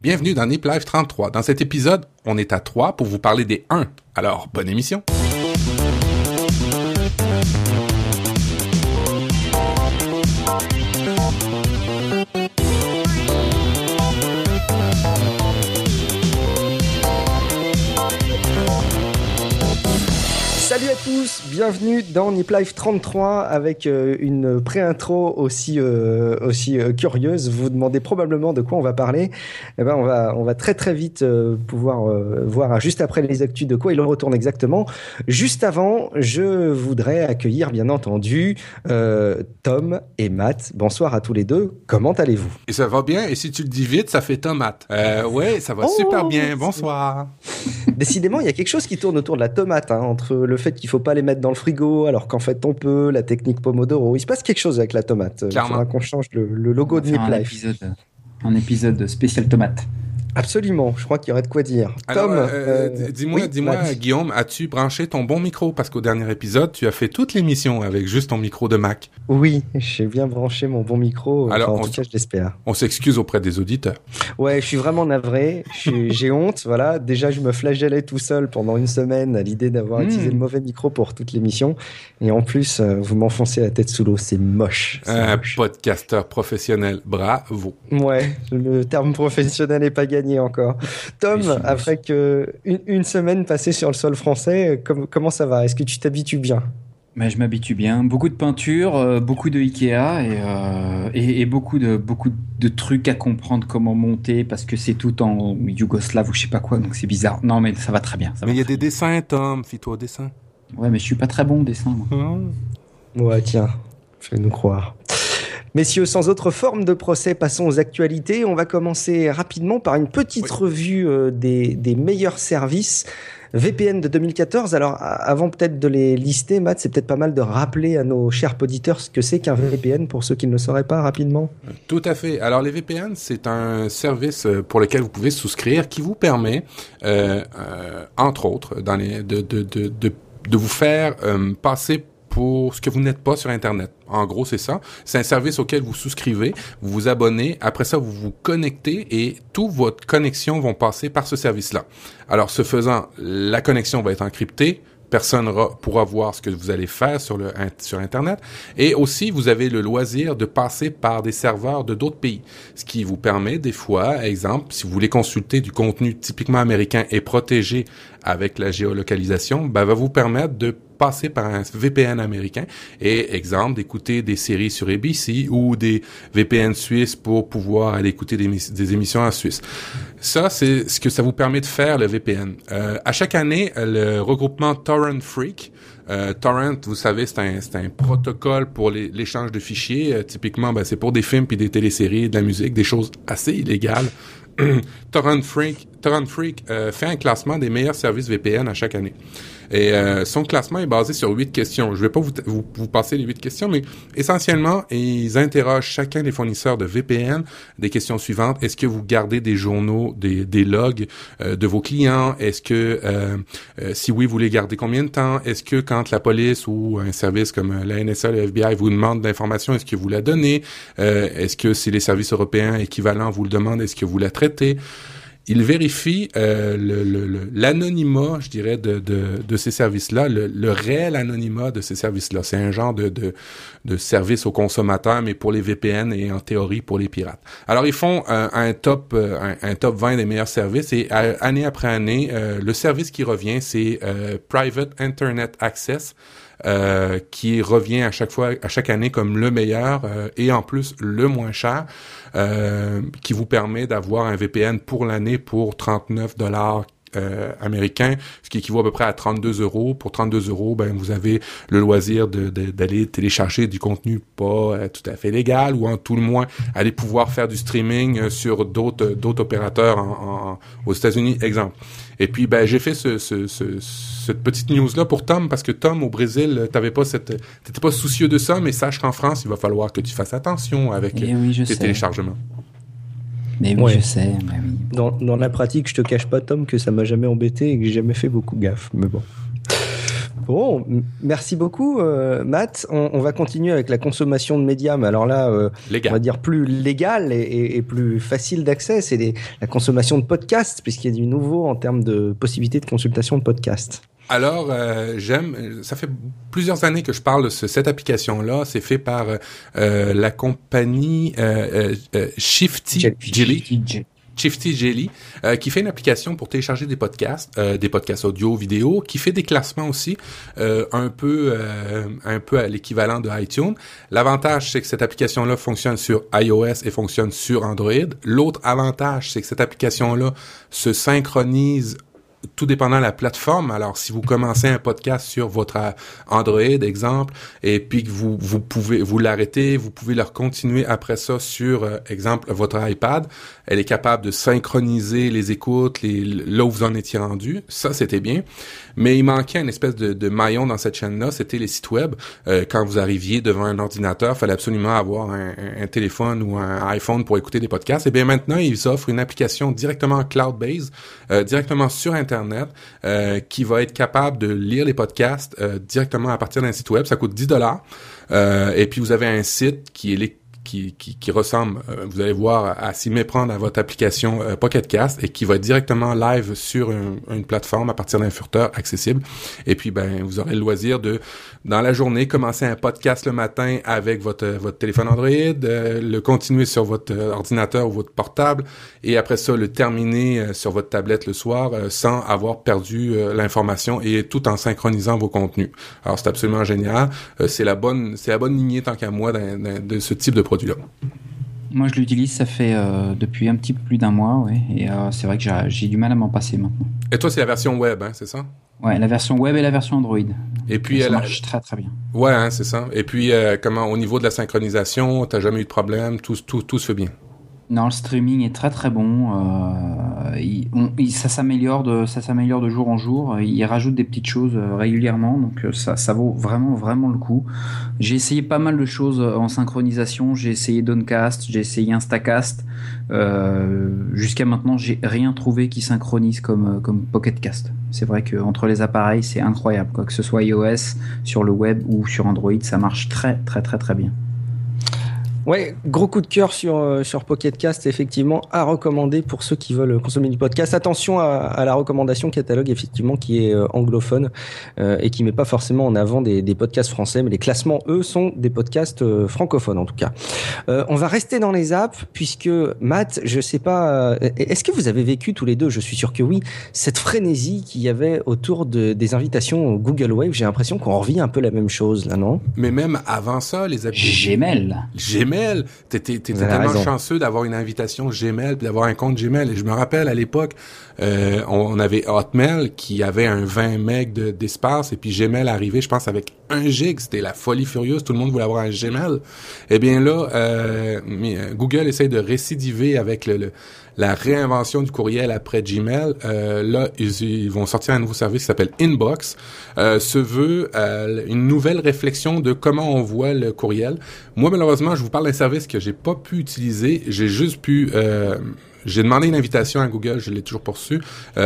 Bienvenue dans Nip Live 33. Dans cet épisode, on est à 3 pour vous parler des 1. Alors, bonne émission! Salut à tous, bienvenue dans Nip Live 33 avec une pré-intro aussi curieuse. Vous vous demandez probablement de quoi on va parler. Eh ben on va très très vite pouvoir voir juste après les actus de quoi il en retourne exactement. Juste avant, je voudrais accueillir bien entendu Tom et Matt. Bonsoir à tous les deux. Comment allez-vous? Et ça va bien, et si tu le dis vite, ça fait tomate. Ouais, ça va super bien. Bonsoir. Décidément, il y a quelque chose qui tourne autour de la tomate, entre le fait qu'il faut pas les mettre dans le frigo, alors qu'en fait on peut, la technique Pomodoro. Il se passe quelque chose avec la tomate. Il faudra qu'on change le logo de Nip Life. Un épisode spécial tomate. Absolument, je crois qu'il y aurait de quoi dire. Alors, Tom, dis-moi, Guillaume, as-tu branché ton bon micro? Parce qu'au dernier épisode, tu as fait toute l'émission avec juste ton micro de Mac. Oui, j'ai bien branché mon bon micro. Alors, en tout cas, je l'espère. On s'excuse auprès des auditeurs. Ouais, je suis vraiment navré. J'ai honte, voilà. Déjà, je me flagellais tout seul pendant une semaine à l'idée d'avoir utilisé le mauvais micro pour toute l'émission. Et en plus, vous m'enfoncez la tête sous l'eau. C'est moche. Podcasteur professionnel. Bravo. Ouais, le terme professionnel n'est pas gagné encore. Tom, après une semaine passée sur le sol français, comment ça va? Est-ce que tu t'habitues bien? Mais je m'habitue bien. Beaucoup de peinture, beaucoup de Ikea et beaucoup de trucs à comprendre comment monter parce que c'est tout en yougoslave ou je sais pas quoi, donc c'est bizarre. Non, mais ça va très bien. Mais il y a des dessins, Tom. Fie-toi au dessin. Ouais, mais je suis pas très bon au dessin, moi. Ouais, tiens, fais-nous croire. Messieurs, sans autre forme de procès, passons aux actualités. On va commencer rapidement par une petite revue des meilleurs services VPN de 2014. Alors, avant peut-être de les lister, Matt, c'est peut-être pas mal de rappeler à nos chers auditeurs ce que c'est qu'un VPN pour ceux qui ne le sauraient pas rapidement. Tout à fait. Alors, les VPN, c'est un service pour lequel vous pouvez souscrire qui vous permet, entre autres, de vous faire passer pour ce que vous n'êtes pas sur Internet. En gros, c'est ça. C'est un service auquel vous souscrivez, vous vous abonnez, après ça, vous vous connectez et toute votre connexion vont passer par ce service-là. Alors, ce faisant, la connexion va être encryptée, personne pourra voir ce que vous allez faire sur Internet. Et aussi, vous avez le loisir de passer par des serveurs de d'autres pays. Ce qui vous permet, des fois, exemple, si vous voulez consulter du contenu typiquement américain et protégé avec la géolocalisation, va vous permettre de passer par un VPN américain et, exemple, d'écouter des séries sur ABC ou des VPN suisses pour pouvoir aller écouter des émissions en Suisse. Ça, c'est ce que ça vous permet de faire, le VPN. À chaque année, le regroupement Torrent Freak, Torrent, vous savez, c'est un protocole pour l'échange de fichiers. Typiquement, c'est pour des films puis des téléséries, de la musique, des choses assez illégales. Torrent Freak fait un classement des meilleurs services VPN à chaque année. Et son classement est basé sur 8 questions. Je vais pas vous passer les 8 questions, mais essentiellement, ils interrogent chacun des fournisseurs de VPN des questions suivantes. Est-ce que vous gardez des journaux, des logs de vos clients? Est-ce que, si oui, vous les gardez combien de temps? Est-ce que quand la police ou un service comme la NSA, le FBI vous demande de l'information, est-ce que vous la donnez? Est-ce que si les services européens équivalents vous le demandent, est-ce que vous la traitez? Il vérifie l'anonymat, je dirais, de ces services-là, le réel anonymat de ces services-là. C'est un genre de service aux consommateurs, mais pour les VPN et en théorie pour les pirates. Alors, ils font un top 20 des meilleurs services et année après année, le service qui revient, c'est Private Internet Access. Qui revient à chaque année comme le meilleur et en plus le moins cher, qui vous permet d'avoir un VPN pour l'année pour $39 américains, ce qui équivaut à peu près à 32 €. Pour 32 €, vous avez le loisir d'aller télécharger du contenu pas tout à fait légal ou en tout le moins aller pouvoir faire du streaming sur d'autres opérateurs aux États-Unis, exemple. Et puis, j'ai fait cette petite news-là pour Tom, parce que Tom, au Brésil, t'étais pas soucieux de ça, mais sache qu'en France, il va falloir que tu fasses attention avec tes téléchargements. Mais oui, je sais. Mais oui. Dans la pratique, je te cache pas, Tom, que ça m'a jamais embêté et que j'ai jamais fait beaucoup gaffe. Mais bon. Bon, merci beaucoup, Matt. On va continuer avec la consommation de médias, mais alors là, on va dire plus légale et plus facile d'accès. C'est la consommation de podcasts, puisqu'il y a du nouveau en termes de possibilités de consultation de podcasts. Alors, ça fait plusieurs années que je parle de cette application-là. C'est fait par la compagnie Shifty Jelly, qui fait une application pour télécharger des podcasts audio, vidéo, qui fait des classements aussi, un peu à l'équivalent de iTunes. L'avantage, c'est que cette application-là fonctionne sur iOS et fonctionne sur Android. L'autre avantage, c'est que cette application-là se synchronise tout dépendant de la plateforme. Alors, si vous commencez un podcast sur votre Android, exemple, et puis que vous l'arrêtez, vous pouvez le continuer après ça sur, exemple, votre iPad, elle est capable de synchroniser les écoutes, là où vous en étiez rendu. Ça, c'était bien. Mais il manquait une espèce de maillon dans cette chaîne-là, c'était les sites web. Quand vous arriviez devant un ordinateur, il fallait absolument avoir un téléphone ou un iPhone pour écouter des podcasts. Et bien maintenant, ils offrent une application directement cloud-based, directement sur Internet, qui va être capable de lire les podcasts directement à partir d'un site web. Ça coûte $10. Et puis vous avez un site qui ressemble, vous allez voir, à s'y méprendre à votre application Pocket Cast et qui va être directement live sur une plateforme à partir d'un furteur accessible. Et puis, vous aurez le loisir de, dans la journée, commencer un podcast le matin avec votre téléphone Android, le continuer sur votre ordinateur ou votre portable et après ça, le terminer sur votre tablette le soir sans avoir perdu l'information et tout en synchronisant vos contenus. Alors, c'est absolument génial. C'est la bonne lignée, tant qu'à moi, de ce type de produit-là. Moi, je l'utilise, ça fait depuis un petit peu plus d'un mois, ouais, et c'est vrai que j'ai du mal à m'en passer maintenant. Et toi, c'est la version web, hein, c'est ça? Ouais, la version web et la version Android. Et puis ça marche très très bien. Ouais, hein, c'est ça. Et puis, au niveau de la synchronisation, t'as jamais eu de problème, tout se fait bien. Non, le streaming est très très bon. Ça s'améliore de jour en jour. Il rajoute des petites choses régulièrement, donc ça vaut vraiment vraiment le coup. J'ai essayé pas mal de choses en synchronisation. J'ai essayé Downcast, j'ai essayé Instacast. Jusqu'à maintenant, j'ai rien trouvé qui synchronise comme Pocket Cast. C'est vrai que entre les appareils, c'est incroyable. Quoi que ce soit iOS, sur le web ou sur Android, ça marche très très très très bien. Ouais, gros coup de cœur sur Pocket Cast, effectivement, à recommander pour ceux qui veulent consommer du podcast. Attention à la recommandation catalogue, effectivement, qui est anglophone et qui met pas forcément en avant des podcasts français, mais les classements, eux, sont des podcasts francophones, en tout cas. On va rester dans les apps, puisque, Matt, je sais pas, est-ce que vous avez vécu tous les deux, je suis sûr que oui, cette frénésie qu'il y avait autour des invitations au Google Wave? J'ai l'impression qu'on revit un peu la même chose, là, non? Mais même avant ça, les apps... Gmail, t'étais tellement chanceux d'avoir une invitation Gmail puis d'avoir un compte Gmail. Et je me rappelle à l'époque, on avait Hotmail qui avait un 20 MB d'espace et puis Gmail arrivait, je pense, avec 1 gig. C'était la folie furieuse. Tout le monde voulait avoir un Gmail. Eh bien là, Google essaye de récidiver avec la réinvention du courriel après Gmail. Là, ils vont sortir un nouveau service qui s'appelle Inbox. Se veut une nouvelle réflexion de comment on voit le courriel. Moi, malheureusement, je vous parle d'un service que j'ai pas pu utiliser. J'ai juste pu... j'ai demandé une invitation à Google, je l'ai toujours pas reçue.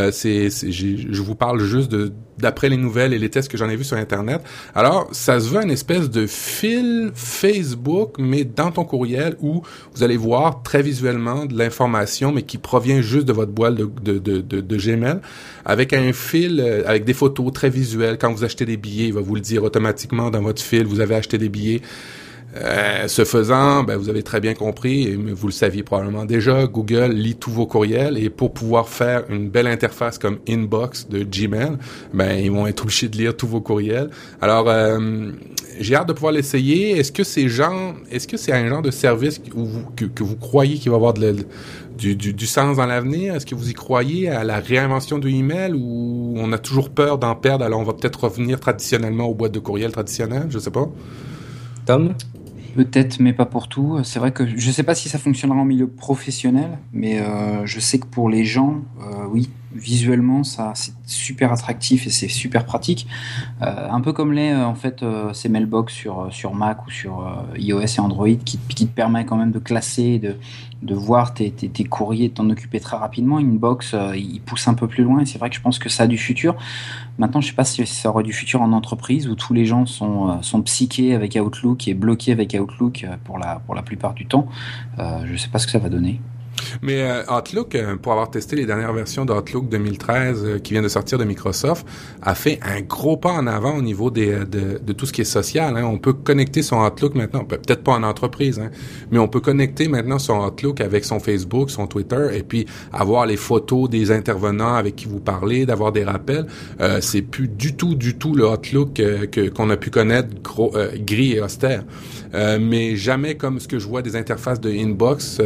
Je vous parle juste d'après les nouvelles et les tests que j'en ai vus sur Internet. Alors, ça se veut une espèce de fil Facebook, mais dans ton courriel où vous allez voir très visuellement de l'information, mais qui provient juste de votre boîte de Gmail, avec un fil, avec des photos très visuelles. Quand vous achetez des billets, il va vous le dire automatiquement dans votre fil, vous avez acheté des billets. Ce faisant, vous avez très bien compris, mais vous le saviez probablement déjà, Google lit tous vos courriels et pour pouvoir faire une belle interface comme Inbox de Gmail, ils vont être obligés de lire tous vos courriels. Alors, j'ai hâte de pouvoir l'essayer. Est-ce que c'est un genre de service que vous croyez qu'il va avoir du sens dans l'avenir? Est-ce que vous y croyez à la réinvention de email ou on a toujours peur d'en perdre? Alors, on va peut-être revenir traditionnellement aux boîtes de courriel traditionnelles, je sais pas. Tom? Peut-être, mais pas pour tout. C'est vrai que je sais pas si ça fonctionnera en milieu professionnel, mais je sais que pour les gens, oui. visuellement, ça, c'est super attractif et c'est super pratique. Un peu comme ces mailbox sur Mac ou sur iOS et Android qui te permet quand même de classer, de voir tes courriers, de t'en occuper très rapidement. Inbox, il pousse un peu plus loin et c'est vrai que je pense que ça a du futur. Maintenant, je sais pas si ça aura du futur en entreprise où tous les gens sont psychés avec Outlook et bloqués avec Outlook pour la plupart du temps. Je sais pas ce que ça va donner. Mais Outlook, pour avoir testé les dernières versions d'Outlook 2013 qui vient de sortir de Microsoft, a fait un gros pas en avant au niveau de tout ce qui est social. Hein. On peut connecter son Outlook maintenant, peut-être pas en entreprise, hein, mais on peut connecter maintenant son Outlook avec son Facebook, son Twitter, et puis avoir les photos des intervenants avec qui vous parlez, d'avoir des rappels. C'est plus du tout le Outlook qu'on a pu connaître gris et austère. Mais jamais comme ce que je vois des interfaces de Inbox.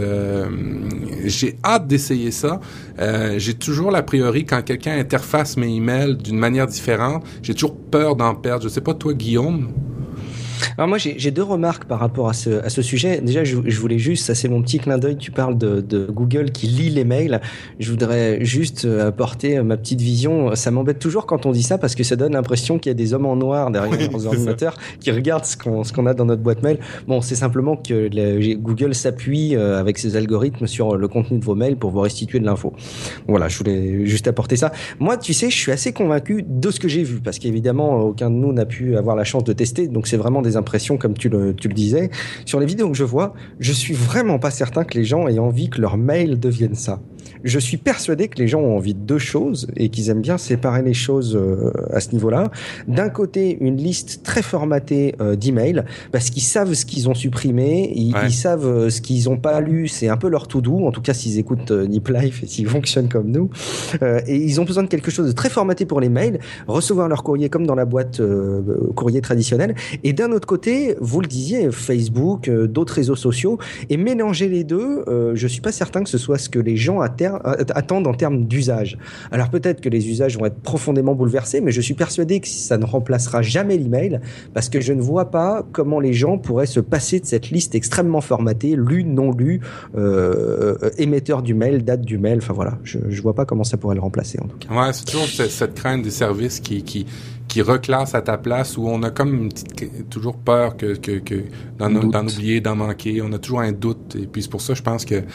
J'ai hâte d'essayer ça. J'ai toujours l'a priori quand quelqu'un interface mes emails d'une manière différente, j'ai toujours peur d'en perdre. Je sais pas toi, Guillaume. Alors moi j'ai deux remarques par rapport à ce sujet. Déjà je voulais juste, ça c'est mon petit clin d'œil, tu parles de Google qui lit les mails. Je voudrais juste apporter ma petite vision. Ça m'embête toujours quand on dit ça parce que ça donne l'impression qu'il y a des hommes en noir derrière nos ordinateurs qui regardent ce qu'on a dans notre boîte mail. Bon, c'est simplement que Google s'appuie avec ses algorithmes sur le contenu de vos mails pour vous restituer de l'info. Voilà, je voulais juste apporter ça. Moi, tu sais, je suis assez convaincu de ce que j'ai vu parce qu'évidemment aucun de nous n'a pu avoir la chance de tester, donc c'est vraiment des impressions comme tu le disais. Sur les vidéos que je vois, je suis vraiment pas certain que les gens aient envie que leur mail devienne ça. Je suis persuadé que les gens ont envie de deux choses et qu'ils aiment bien séparer les choses à ce niveau-là. D'un côté, une liste très formatée d'emails parce qu'ils savent ce qu'ils ont supprimé, ils savent ce qu'ils ont pas lu, c'est un peu leur to-do, en tout cas s'ils écoutent Nip Life et s'ils fonctionnent comme nous. Et ils ont besoin de quelque chose de très formaté pour les mails, recevoir leur courrier comme dans la boîte courrier traditionnelle. Et d'un autre côté, vous le disiez, Facebook, d'autres réseaux sociaux, et mélanger les deux, je suis pas certain que ce soit ce que les gens attendent en termes d'usage. Alors peut-être que les usages vont être profondément bouleversés, mais je suis persuadé que ça ne remplacera jamais l'email, parce que je ne vois pas comment les gens pourraient se passer de cette liste extrêmement formatée, lu, non lu, émetteur du mail, date du mail, enfin voilà, je vois pas comment ça pourrait le remplacer en tout cas. Ouais, c'est toujours cette crainte des services qui reclasse à ta place, où on a comme toujours peur que d'en oublier, d'en manquer. On a toujours un doute. Et puis c'est pour ça, je pense que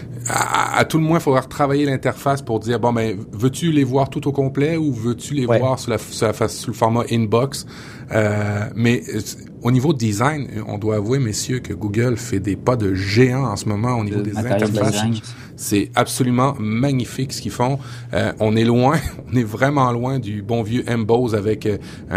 à tout le moins, il faudra retravailler l'interface pour dire, bon, ben, veux-tu les voir tout au complet ou veux-tu les voir sous le format inbox? Mais au niveau design, on doit avouer, messieurs, que Google fait des pas de géant en ce moment au niveau des interfaces. C'est absolument magnifique ce qu'ils font. On est vraiment loin du bon vieux Emboss avec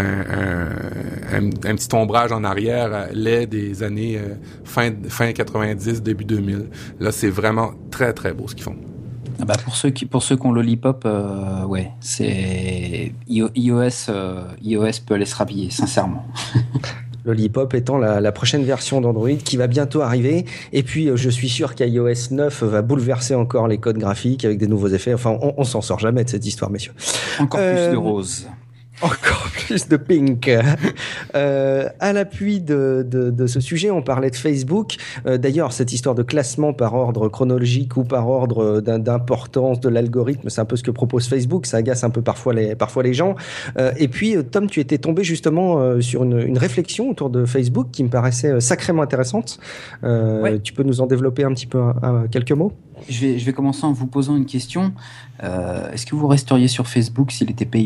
un petit ombrage en arrière laid des années fin 90, début 2000. Là, c'est vraiment très très beau ce qu'ils font. Ah bah pour ceux qui ont Lollipop, ouais, c'est iOS peut aller se rhabiller, sincèrement. Lollipop étant la prochaine version d'Android qui va bientôt arriver. Et puis, je suis sûr qu'iOS 9 va bouleverser encore les codes graphiques avec des nouveaux effets. Enfin, on s'en sort jamais de cette histoire, messieurs. Encore plus de rose. Encore plus de pink. À l'appui de ce sujet, on parlait de Facebook. D'ailleurs, cette histoire de classement par ordre chronologique ou par ordre d'importance de l'algorithme, c'est un peu ce que propose Facebook. Ça agace un peu parfois les gens. Et puis, Tom, tu étais tombé justement sur une réflexion autour de Facebook qui me paraissait sacrément intéressante. Tu peux nous en développer un petit peu quelques mots ? Je vais commencer en vous posant une question. Est-ce que vous resteriez sur Facebook s'il était payant ?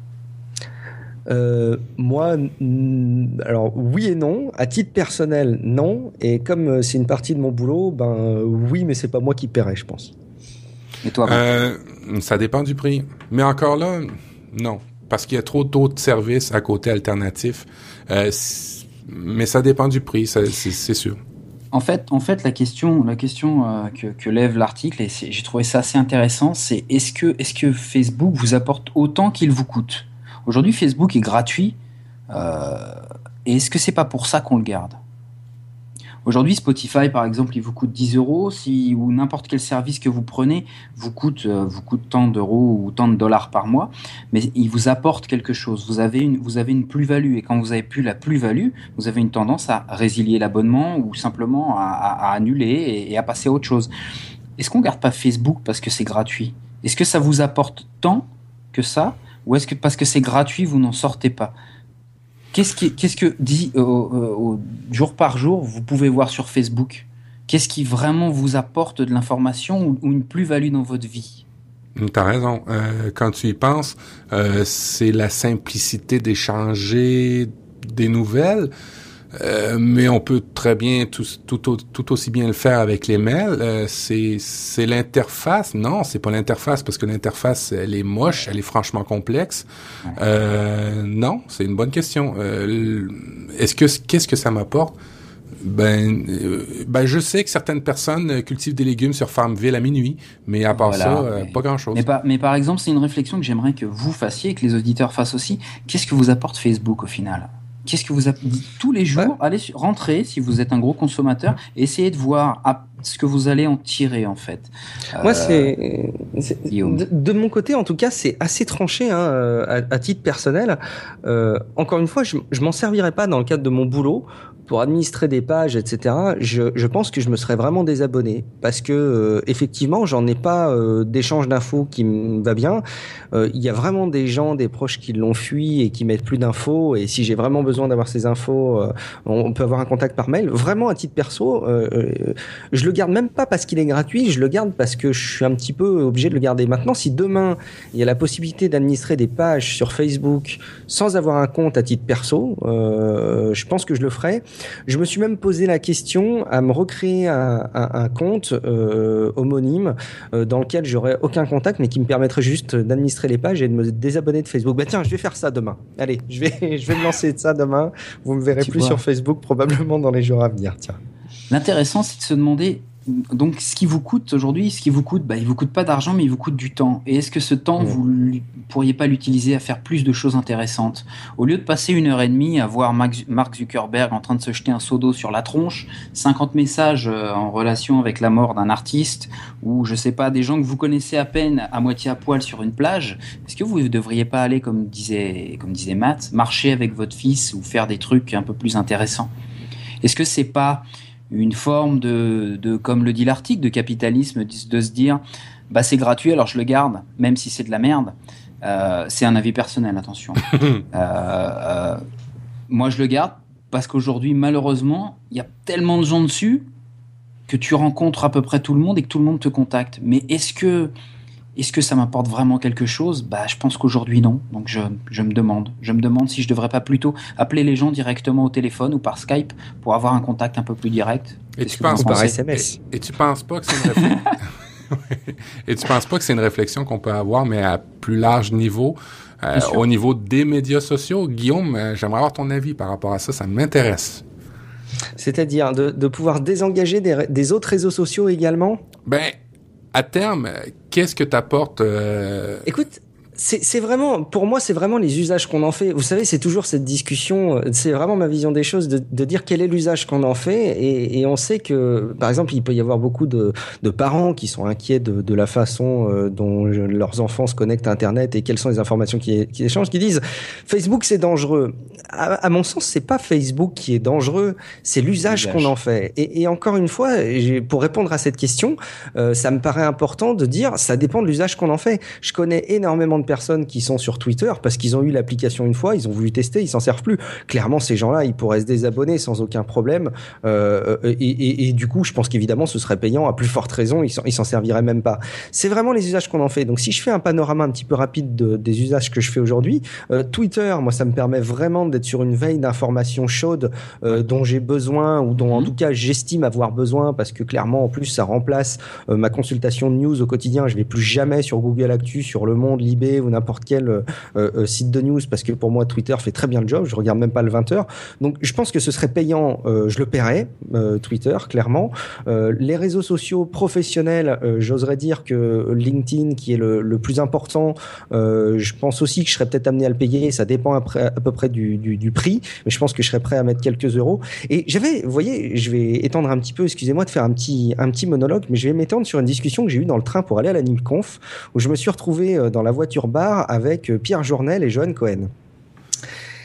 Moi, alors oui et non. À titre personnel, non. Et comme c'est une partie de mon boulot, ben oui, mais c'est pas moi qui paierai, je pense. Et toi, ça dépend du prix. Mais encore là, non, parce qu'il y a trop d'autres services à côté alternatifs. Mais ça dépend du prix, c'est sûr. En fait, la question que lève l'article, et j'ai trouvé ça assez intéressant, c'est est-ce que Facebook vous apporte autant qu'il vous coûte ? Aujourd'hui, Facebook est gratuit, et est-ce que c'est pas pour ça qu'on le garde ? Aujourd'hui, Spotify, par exemple, il vous coûte 10 €, ou n'importe quel service que vous prenez vous coûte tant d'euros ou tant de dollars par mois, mais il vous apporte quelque chose. Vous avez une plus-value, et quand vous avez plus la plus-value, vous avez une tendance à résilier l'abonnement ou simplement à annuler et à passer à autre chose. Est-ce qu'on garde pas Facebook parce que c'est gratuit ? Est-ce que ça vous apporte tant que ça, ou est-ce que parce que c'est gratuit, vous n'en sortez pas? Qu'est-ce que dit jour par jour, vous pouvez voir sur Facebook? Qu'est-ce qui vraiment vous apporte de l'information ou une plus-value dans votre vie? T'as raison. Quand tu y penses, c'est la simplicité d'échanger des nouvelles. Mais on peut très bien tout aussi bien le faire avec les mails. C'est l'interface. Non, c'est pas l'interface parce que l'interface elle est moche, elle est franchement complexe. Non, c'est une bonne question. Qu'est-ce que ça m'apporte? Je sais que certaines personnes cultivent des légumes sur Farmville à minuit, mais à part pas grand-chose. Mais par exemple, c'est une réflexion que j'aimerais que vous fassiez et que les auditeurs fassent aussi. Qu'est-ce que vous apporte Facebook au final? Qu'est-ce que vous tous les jours, allez rentrer si vous êtes un gros consommateur et essayez de voir ce que vous allez en tirer en fait. Moi, de mon côté en tout cas, c'est assez tranché à titre personnel. Encore une fois, je m'en servirais pas dans le cadre de mon boulot pour administrer des pages, etc. Je pense que je me serais vraiment désabonné parce que effectivement, j'en ai pas d'échange d'infos qui me va bien. Il y a vraiment des gens, des proches qui l'ont fui et qui mettent plus d'infos. Et si j'ai vraiment besoin d'avoir ces infos, on peut avoir un contact par mail. Vraiment à titre perso, je le garde même pas parce qu'il est gratuit. Je le garde parce que je suis un petit peu obligé de le garder. Maintenant, si demain il y a la possibilité d'administrer des pages sur Facebook sans avoir un compte à titre perso, je pense que je le ferai. Je me suis même posé la question à me recréer un compte homonyme dans lequel j'aurais aucun contact mais qui me permettrait juste d'administrer les pages et de me désabonner de Facebook. Tiens, je vais faire ça demain. Allez, je vais me lancer de ça demain. Vous me verrez plus sur Facebook probablement dans les jours à venir. Tiens. L'intéressant, c'est de se demander donc ce qui vous coûte aujourd'hui, il vous coûte pas d'argent, mais il vous coûte du temps. Et est-ce que ce temps, vous pourriez pas l'utiliser à faire plus de choses intéressantes? Au lieu de passer 1h30 à voir Mark Zuckerberg en train de se jeter un seau d'eau sur la tronche, 50 messages en relation avec la mort d'un artiste, ou je sais pas, des gens que vous connaissez à peine à moitié à poil sur une plage, est-ce que vous ne devriez pas aller, comme disait Matt, marcher avec votre fils ou faire des trucs un peu plus intéressants? Est-ce que c'est pas une forme de comme le dit l'article, de capitalisme, de se dire c'est gratuit alors je le garde même si c'est de la merde? C'est un avis personnel, attention. Moi je le garde parce qu'aujourd'hui malheureusement il y a tellement de gens dessus que tu rencontres à peu près tout le monde et que tout le monde te contacte. Mais est-ce que ça m'apporte vraiment quelque chose? Je pense qu'aujourd'hui non. Donc je me demande si je devrais pas plutôt appeler les gens directement au téléphone ou par Skype pour avoir un contact un peu plus direct. Et tu penses par SMS. Et tu penses pas que c'est une réflexion et tu penses pas que c'est une réflexion qu'on peut avoir mais à plus large niveau, au niveau des médias sociaux? Guillaume, j'aimerais avoir ton avis par rapport à ça, ça m'intéresse. C'est-à-dire de pouvoir désengager des autres réseaux sociaux également? À terme, qu'est-ce que t'apporte Écoute, c'est vraiment, pour moi, c'est vraiment les usages qu'on en fait. Vous savez, c'est toujours cette discussion, c'est vraiment ma vision des choses, de dire quel est l'usage qu'on en fait. Et on sait que, par exemple, il peut y avoir beaucoup de parents qui sont inquiets de la façon dont leurs enfants se connectent à Internet et quelles sont les informations qu'ils échangent, qui disent Facebook c'est dangereux. À mon sens, c'est pas Facebook qui est dangereux, c'est l'usage qu'on en fait. Et encore une fois, pour répondre à cette question, ça me paraît important de dire, ça dépend de l'usage qu'on en fait. Je connais énormément de personnes qui sont sur Twitter parce qu'ils ont eu l'application une fois, ils ont voulu tester, ils s'en servent plus. Clairement, ces gens-là, ils pourraient se désabonner sans aucun problème. Et du coup, je pense qu'évidemment, ce serait payant. À plus forte raison, ils s'en serviraient même pas. C'est vraiment les usages qu'on en fait. Donc, si je fais un panorama un petit peu rapide des usages que je fais aujourd'hui, Twitter, moi, ça me permet vraiment d'être sur une veille d'informations chaudes dont j'ai besoin ou dont, en tout cas, j'estime avoir besoin parce que clairement, en plus, ça remplace ma consultation de news au quotidien. Je vais plus jamais sur Google Actu, sur Le Monde, Libé ou n'importe quel site de news parce que pour moi Twitter fait très bien le job, je regarde même pas le 20h. Donc je pense que ce serait payant, je le paierais, Twitter clairement. Les réseaux sociaux professionnels, j'oserais dire que LinkedIn qui est le plus important, je pense aussi que je serais peut-être amené à le payer, ça dépend à peu près du prix, mais je pense que je serais prêt à mettre quelques euros. Et vous voyez, je vais étendre un petit peu, excusez-moi de faire un petit monologue, mais je vais m'étendre sur une discussion que j'ai eue dans le train pour aller à la NIMConf, où je me suis retrouvé dans la voiture bar avec Pierre Journel et Johan Cohen.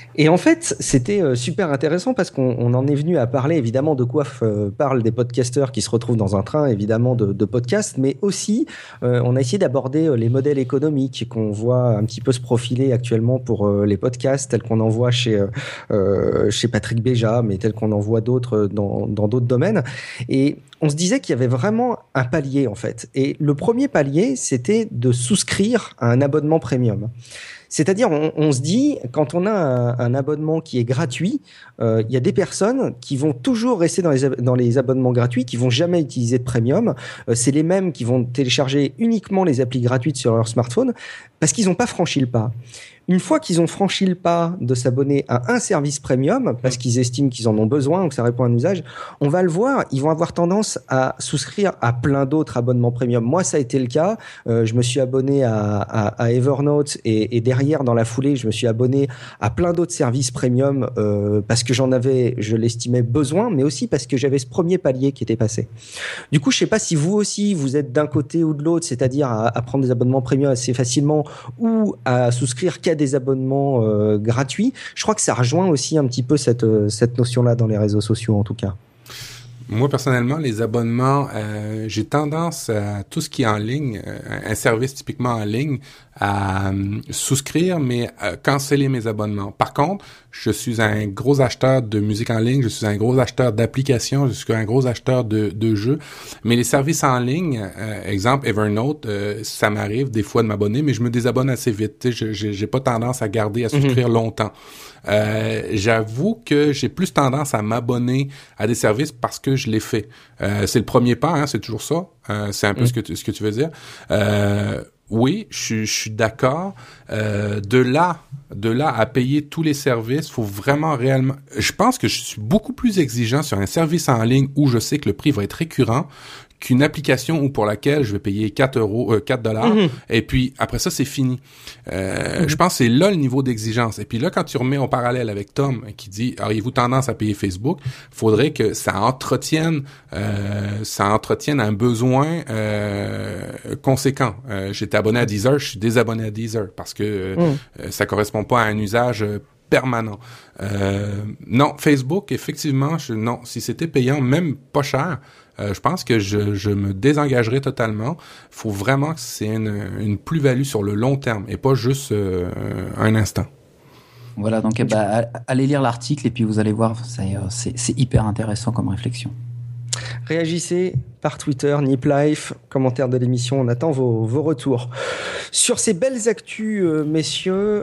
Et en fait, c'était super intéressant parce qu'on en est venu à parler évidemment de quoi parlent des podcasteurs qui se retrouvent dans un train, évidemment de podcasts, mais aussi on a essayé d'aborder les modèles économiques qu'on voit un petit peu se profiler actuellement pour les podcasts, tels qu'on en voit chez Patrick Béja, mais tels qu'on en voit d'autres dans d'autres domaines. Et on se disait qu'il y avait vraiment un palier en fait. Et le premier palier, c'était de souscrire à un abonnement premium. C'est-à-dire, on se dit, quand on a un abonnement qui est gratuit, il y a des personnes qui vont toujours rester dans les abonnements gratuits, qui vont jamais utiliser de premium. C'est les mêmes qui vont télécharger uniquement les applis gratuites sur leur smartphone parce qu'ils n'ont pas franchi le pas. Une fois qu'ils ont franchi le pas de s'abonner à un service premium, parce qu'ils estiment qu'ils en ont besoin ou que ça répond à un usage, on va le voir, ils vont avoir tendance à souscrire à plein d'autres abonnements premium. Moi, ça a été le cas. Je me suis abonné à Evernote et derrière, dans la foulée, je me suis abonné à plein d'autres services premium parce que je l'estimais besoin, mais aussi parce que j'avais ce premier palier qui était passé. Du coup, je sais pas si vous aussi, vous êtes d'un côté ou de l'autre, c'est-à-dire à prendre des abonnements premium assez facilement ou à souscrire qu'à des abonnements gratuits. Je crois que ça rejoint aussi un petit peu cette notion-là dans les réseaux sociaux, en tout cas. Moi, personnellement, les abonnements, j'ai tendance à tout ce qui est en ligne, un service typiquement en ligne, à souscrire, mais canceller mes abonnements. Par contre, je suis un gros acheteur de musique en ligne, je suis un gros acheteur d'applications, je suis un gros acheteur de jeux, mais les services en ligne, exemple Evernote, ça m'arrive des fois de m'abonner, mais je me désabonne assez vite. J'ai pas tendance à garder, à souscrire longtemps. J'avoue que j'ai plus tendance à m'abonner à des services parce que je l'ai fait. C'est le premier pas, hein, c'est toujours ça. C'est un peu ce que tu veux dire. Oui, je suis d'accord. De là à payer tous les services, faut vraiment réellement. Je pense que je suis beaucoup plus exigeant sur un service en ligne où je sais que le prix va être récurrent qu'une application où pour laquelle je vais payer $4, et puis après ça c'est fini. Je pense que c'est là le niveau d'exigence. Et puis là, quand tu remets en parallèle avec Tom qui dit auriez-vous tendance à payer Facebook, faudrait que ça entretienne un besoin conséquent. J'étais abonné à Deezer, je suis désabonné à Deezer parce que ça correspond pas à un usage permanent. Non, Facebook, effectivement, non, si c'était payant, même pas cher, je pense que je me désengagerais totalement. Faut vraiment que c'est une plus-value sur le long terme et pas juste un instant. Voilà, donc allez lire l'article et puis vous allez voir, c'est hyper intéressant comme réflexion. Réagissez par Twitter, NipLife, commentaire de l'émission, on attend vos retours. Sur ces belles actus, messieurs,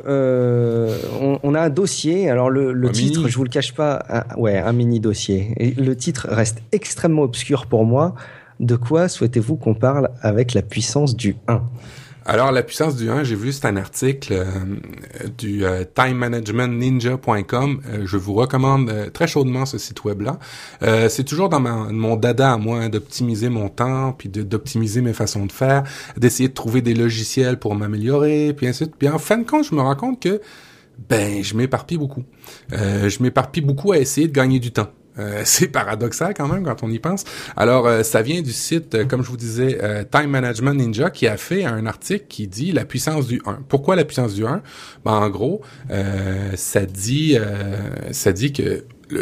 on a un dossier. Alors le titre, mini. Je vous le cache pas, un mini dossier. Et le titre reste extrêmement obscur pour moi. De quoi souhaitez-vous qu'on parle avec la puissance du 1 ? Alors, la puissance du 1, j'ai vu, c'est un article du timemanagementninja.com. Je vous recommande très chaudement ce site web-là. C'est toujours dans mon dada à moi, d'optimiser mon temps, puis d'optimiser mes façons de faire, d'essayer de trouver des logiciels pour m'améliorer, puis ainsi de suite. Puis en fin de compte, je me rends compte que je m'éparpille beaucoup. Je m'éparpille beaucoup à essayer de gagner du temps. C'est paradoxal quand même quand on y pense. Alors, ça vient du site, comme je vous disais, Time Management Ninja, qui a fait un article qui dit la puissance du 1. Pourquoi la puissance du 1? En gros, ça dit que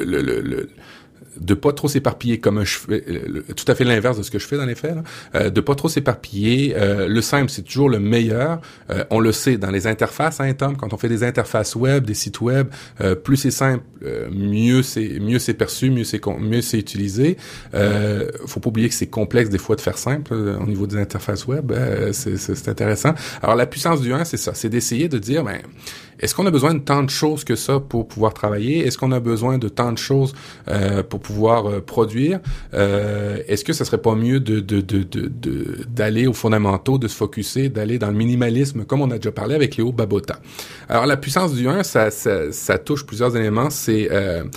de pas trop s'éparpiller comme je fais, tout à fait l'inverse de ce que je fais dans les faits, là, de pas trop s'éparpiller. Le simple, c'est toujours le meilleur. On le sait dans les interfaces, hein, Tom, quand on fait des interfaces web, des sites web, plus c'est simple, mieux c'est perçu, mieux c'est utilisé. Faut pas oublier que c'est complexe des fois de faire simple au niveau des interfaces web. C'est intéressant. Alors la puissance du 1, c'est ça, c'est d'essayer de dire, est-ce qu'on a besoin de tant de choses que ça pour pouvoir travailler? Est-ce qu'on a besoin de tant de choses pour pouvoir produire? Est-ce que ça serait pas mieux d'aller aux fondamentaux, de se focusser, d'aller dans le minimalisme, comme on a déjà parlé avec Léo Babota? Alors, la puissance du 1, ça touche plusieurs éléments. Ça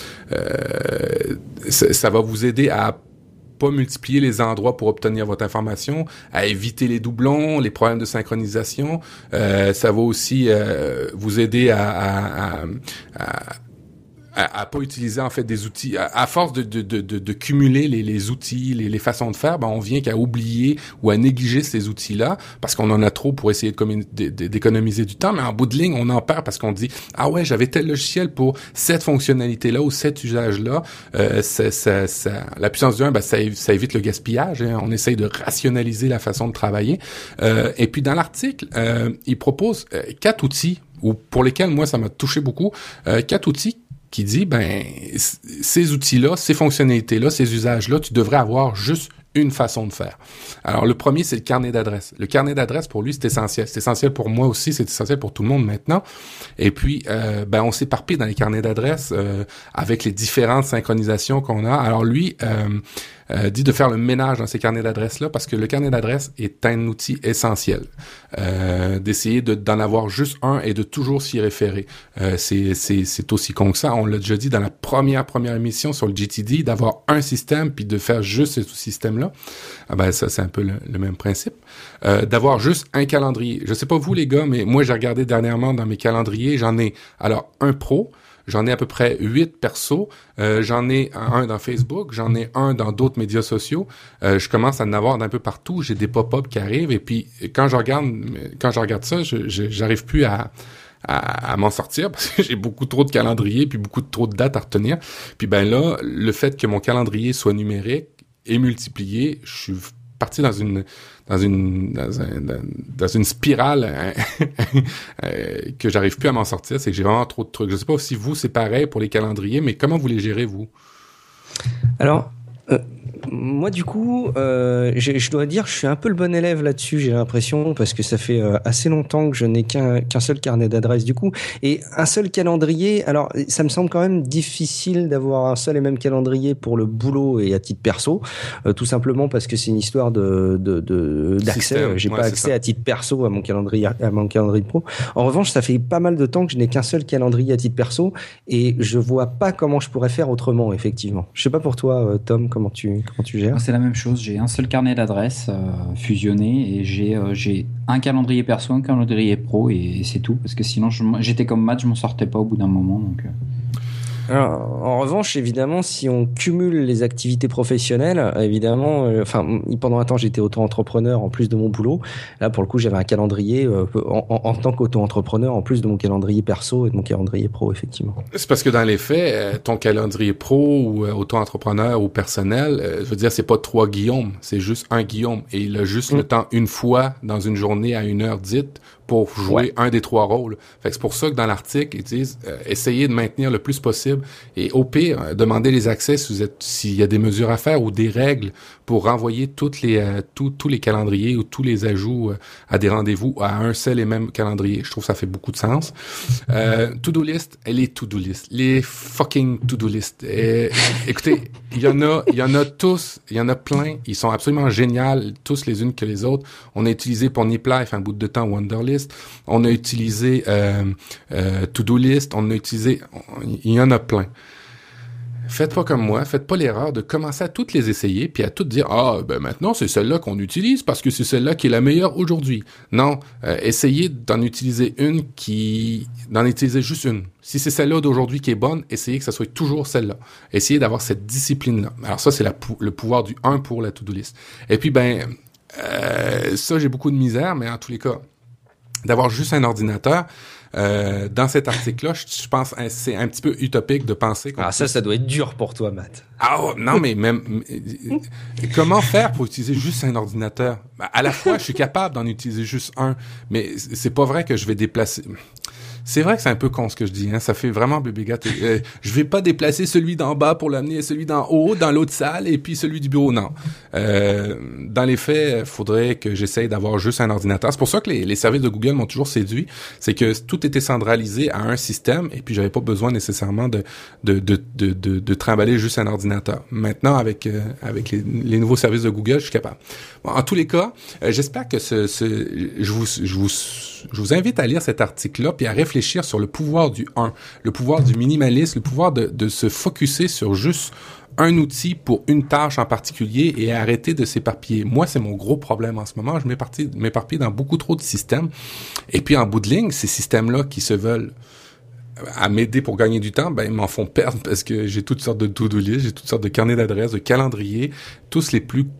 va vous aider à pas multiplier les endroits pour obtenir votre information, à éviter les doublons, les problèmes de synchronisation. Ça va aussi vous aider à à pas utiliser en fait des outils, à force de cumuler les outils, les façons de faire, ben on vient qu'à oublier ou à négliger ces outils-là parce qu'on en a trop pour essayer d'économiser du temps, mais en bout de ligne, on en perd parce qu'on dit ah ouais, j'avais tel logiciel pour cette fonctionnalité-là ou cet usage-là. La puissance du 1, ben ça évite le gaspillage. Hein. On essaye de rationaliser la façon de travailler. Et puis dans l'article, il propose 4 outils ou pour lesquels moi ça m'a touché beaucoup. 4 outils qui dit, ben, ces outils-là, ces fonctionnalités-là, ces usages-là, tu devrais avoir juste une façon de faire. Alors, le premier, c'est le carnet d'adresses. Le carnet d'adresses, pour lui, c'est essentiel. C'est essentiel pour moi aussi, c'est essentiel pour tout le monde maintenant. Et puis, ben, on s'éparpille dans les carnets d'adresses avec les différentes synchronisations qu'on a. Alors, lui, dit de faire le ménage dans ces carnets d'adresses-là parce que le carnet d'adresses est un outil essentiel. D'essayer d'en avoir juste un et de toujours s'y référer. C'est aussi con que ça. On l'a déjà dit dans la première émission sur le GTD, d'avoir un système puis de faire juste ce système-là. Ah ben ça, c'est un peu le même principe. D'avoir juste un calendrier. Je sais pas vous les gars, mais moi j'ai regardé dernièrement dans mes calendriers, j'en ai alors un pro. J'en ai à peu près 8 perso. J'en ai un dans Facebook. J'en ai un dans d'autres médias sociaux. Je commence à en avoir d'un peu partout. J'ai des pop-up qui arrivent. Et puis, quand je regarde ça, j'arrive plus à m'en sortir parce que j'ai beaucoup trop de calendriers puis trop de dates à retenir. Puis ben là, le fait que mon calendrier soit numérique et multiplié, je suis parti dans une spirale que j'arrive plus à m'en sortir, c'est que j'ai vraiment trop de trucs. Je sais pas si vous c'est pareil pour les calendriers, mais comment vous les gérez vous? Alors moi du coup je dois dire je suis un peu le bon élève là-dessus, j'ai l'impression, parce que ça fait assez longtemps que je n'ai qu'un seul carnet d'adresses du coup, et un seul calendrier. Alors ça me semble quand même difficile d'avoir un seul et même calendrier pour le boulot et à titre perso, tout simplement parce que c'est une histoire d'accès. J'ai pas accès à titre perso à mon calendrier pro. En revanche, ça fait pas mal de temps que je n'ai qu'un seul calendrier à titre perso et je vois pas comment je pourrais faire autrement, effectivement. Je sais pas pour toi Tom, comment tu gères? C'est la même chose, j'ai un seul carnet d'adresses fusionné et j'ai un calendrier perso, un calendrier pro et c'est tout, parce que sinon j'étais comme Matt, je m'en sortais pas au bout d'un moment. Donc Alors, en revanche, évidemment, si on cumule les activités professionnelles, évidemment, pendant un temps, j'étais auto-entrepreneur en plus de mon boulot. Là, pour le coup, j'avais un calendrier en tant qu'auto-entrepreneur en plus de mon calendrier perso et de mon calendrier pro, effectivement. C'est parce que dans les faits, ton calendrier pro ou auto-entrepreneur ou personnel, je veux dire, c'est pas 3 Guillaume, c'est juste un Guillaume. Et il a juste le temps une fois dans une journée à 1 heure dite pour jouer un des 3 rôles. Fait que c'est pour ça que dans l'article, ils disent essayez de maintenir le plus possible et au pire, demandez les accès s'il y a des mesures à faire ou des règles pour renvoyer tous les calendriers ou tous les ajouts à des rendez-vous à un seul et même calendrier. Je trouve que ça fait beaucoup de sens. To-do list, les fucking to-do list. Écoutez, il y en a plein. Ils sont absolument géniales, tous les unes que les autres. On a utilisé pour Niplife un bout de temps Wunderlist. On a utilisé To-do list. Il y en a plein. Faites pas comme moi, faites pas l'erreur de commencer à toutes les essayer puis à toutes dire maintenant c'est celle-là qu'on utilise parce que c'est celle-là qui est la meilleure aujourd'hui. Non, essayez d'en utiliser juste une. Si c'est celle-là d'aujourd'hui qui est bonne, essayez que ça soit toujours celle-là. Essayez d'avoir cette discipline-là. Alors ça c'est le pouvoir du 1 pour la to-do list. Et puis ça j'ai beaucoup de misère, mais en tous les cas d'avoir juste un ordinateur. Dans cet article-là, je pense que c'est un petit peu utopique de penser qu'on... Ah, ça doit être dur pour toi, Matt. Ah non, mais même... comment faire pour utiliser juste un ordinateur? À la fois, je suis capable d'en utiliser juste un, mais c'est pas vrai que je vais déplacer... C'est vrai que c'est un peu con ce que je dis, hein. Ça fait vraiment bébé gâté. Je vais pas déplacer celui d'en bas pour l'amener à celui d'en haut, dans l'autre salle, et puis celui du bureau. Non. Dans les faits, faudrait que j'essaye d'avoir juste un ordinateur. C'est pour ça que les services de Google m'ont toujours séduit. C'est que tout était centralisé à un système, et puis j'avais pas besoin nécessairement de trimballer juste un ordinateur. Maintenant, avec les nouveaux services de Google, je suis capable. Bon, en tous les cas, j'espère que je vous invite à lire cet article-là puis à réfléchir sur le pouvoir du 1, le pouvoir du minimalisme, le pouvoir de se focusser sur juste un outil pour une tâche en particulier et arrêter de s'éparpiller. Moi, c'est mon gros problème en ce moment. Je m'éparpille dans beaucoup trop de systèmes. Et puis, en bout de ligne, ces systèmes-là qui se veulent à m'aider pour gagner du temps, ben ils m'en font perdre parce que j'ai toutes sortes de to-do list, j'ai toutes sortes de carnets d'adresses, de calendriers, tous les plus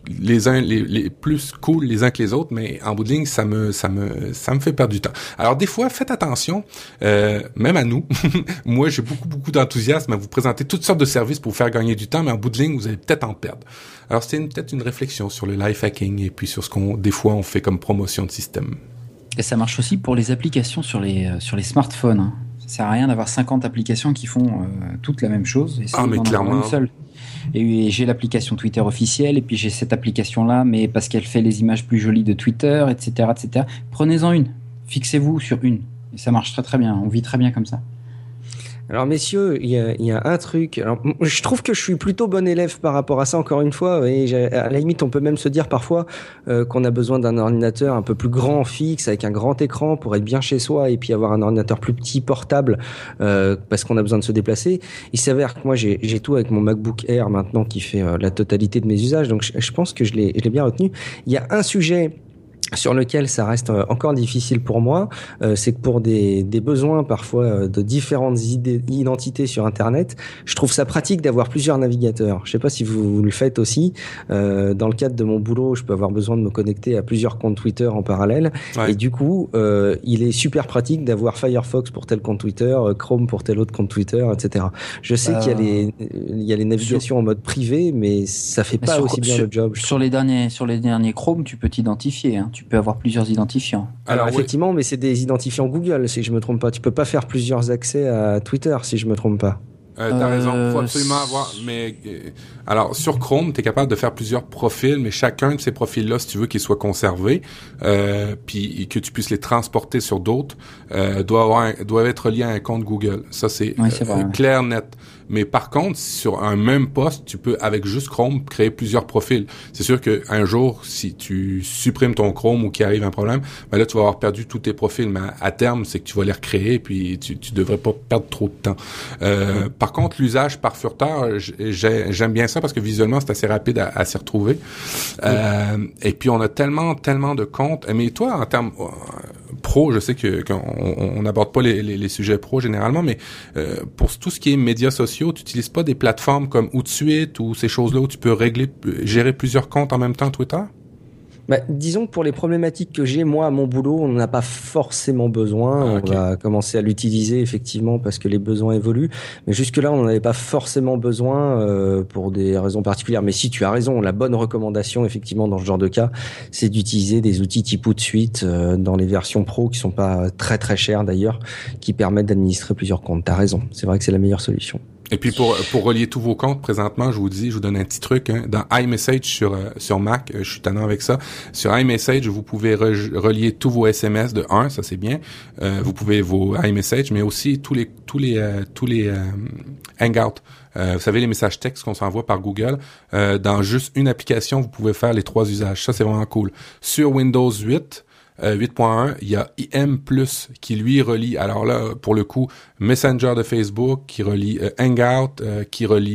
cool les uns que les autres, mais en bout de ligne, ça me fait perdre du temps. Alors des fois, faites attention, même à nous. Moi, j'ai beaucoup d'enthousiasme à vous présenter toutes sortes de services pour vous faire gagner du temps, mais en bout de ligne, vous allez peut-être en perdre. Alors c'était peut-être une réflexion sur le life hacking et puis sur ce des fois on fait comme promotion de système. Et ça marche aussi pour les applications sur les smartphones. Hein. Ça sert à rien d'avoir 50 applications qui font toutes la même chose. Et mais clairement. Une seule. Et j'ai l'application Twitter officielle, et puis j'ai cette application-là, mais parce qu'elle fait les images plus jolies de Twitter, etc., etc. Prenez-en une. Fixez-vous sur une. Et ça marche très très bien. On vit très bien comme ça. Alors messieurs, il y a un truc. Alors, je trouve que je suis plutôt bon élève par rapport à ça. Encore une fois, et à la limite, on peut même se dire parfois qu'on a besoin d'un ordinateur un peu plus grand, fixe, avec un grand écran pour être bien chez soi, et puis avoir un ordinateur plus petit, portable, parce qu'on a besoin de se déplacer. Il s'avère que moi, j'ai tout avec mon MacBook Air maintenant qui fait la totalité de mes usages. Donc je pense que je l'ai bien retenu. Il y a un sujet sur lequel ça reste encore difficile pour moi, c'est que pour des besoins parfois de différentes identités sur Internet, je trouve ça pratique d'avoir plusieurs navigateurs. Je sais pas si vous le faites aussi. Dans le cadre de mon boulot, je peux avoir besoin de me connecter à plusieurs comptes Twitter en parallèle, et du coup, il est super pratique d'avoir Firefox pour tel compte Twitter, Chrome pour tel autre compte Twitter, etc. Je sais qu'il y a les navigations en mode privé, mais ça fait pas aussi bien le job. Sur les derniers Chrome, tu peux t'identifier. Hein. Tu peux avoir plusieurs identifiants. Alors effectivement, mais c'est des identifiants Google, si je me trompe pas. Tu peux pas faire plusieurs accès à Twitter, si je me trompe pas. T'as raison, faut absolument avoir. Mais alors sur Chrome, t'es capable de faire plusieurs profils, mais chacun de ces profils-là, si tu veux qu'ils soient conservés, puis que tu puisses les transporter sur d'autres, doivent être liés à un compte Google. Ça c'est clair, net. Mais par contre, sur un même poste, tu peux, avec juste Chrome, créer plusieurs profils. C'est sûr qu'un jour, si tu supprimes ton Chrome ou qu'il arrive un problème, ben là, tu vas avoir perdu tous tes profils. Mais à terme, c'est que tu vas les recréer, puis tu devrais pas perdre trop de temps. Par contre, l'usage par furteur, j'aime bien ça parce que visuellement, c'est assez rapide à s'y retrouver. Et puis, on a tellement de comptes. Mais toi, en termes pro, je sais qu'on n'aborde pas les sujets pro généralement, mais pour tout ce qui est médias sociaux, tu n'utilises pas des plateformes comme Hootsuite ou ces choses-là où tu peux gérer plusieurs comptes en même temps Twitter? Disons que pour les problématiques que j'ai, moi, à mon boulot, on n'en a pas forcément besoin. On va commencer à l'utiliser, effectivement, parce que les besoins évoluent. Mais jusque-là, on n'en avait pas forcément besoin pour des raisons particulières. Mais si tu as raison, la bonne recommandation, effectivement, dans ce genre de cas, c'est d'utiliser des outils type Hootsuite dans les versions pro qui sont pas très très chères d'ailleurs, qui permettent d'administrer plusieurs comptes. T'as raison. C'est vrai que c'est la meilleure solution. Et puis pour relier tous vos comptes présentement, je vous donne un petit truc. Hein. Dans iMessage sur Mac, je suis tannant avec ça. Sur iMessage, vous pouvez relier tous vos SMS de ça c'est bien. Vous pouvez vos iMessage, mais aussi tous les Hangouts. Vous savez, les messages textes qu'on s'envoie par Google. Dans juste une application, vous pouvez faire les 3 usages. Ça, c'est vraiment cool. Sur Windows 8.1, il y a IM+, qui lui relie, alors là, pour le coup, Messenger de Facebook, qui relie Hangout, qui relie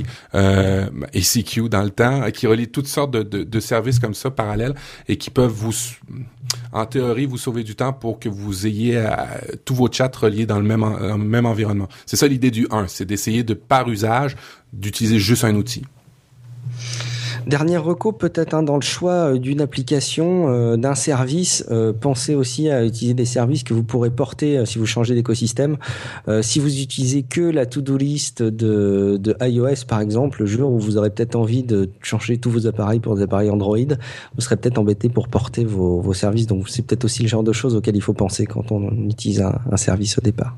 ACQ dans le temps, qui relie toutes sortes de services comme ça parallèles et qui peuvent en théorie, vous sauver du temps pour que vous ayez tous vos chats reliés dans le même environnement. C'est ça l'idée du 1, c'est d'essayer par usage, d'utiliser juste un outil. Dernier reco, peut-être dans le choix d'une application, d'un service, pensez aussi à utiliser des services que vous pourrez porter si vous changez d'écosystème. Si vous utilisez que la to-do list de iOS, par exemple, le jour où vous aurez peut-être envie de changer tous vos appareils pour des appareils Android, vous serez peut-être embêté pour porter vos services. Donc c'est peut-être aussi le genre de choses auxquelles il faut penser quand on utilise un service au départ.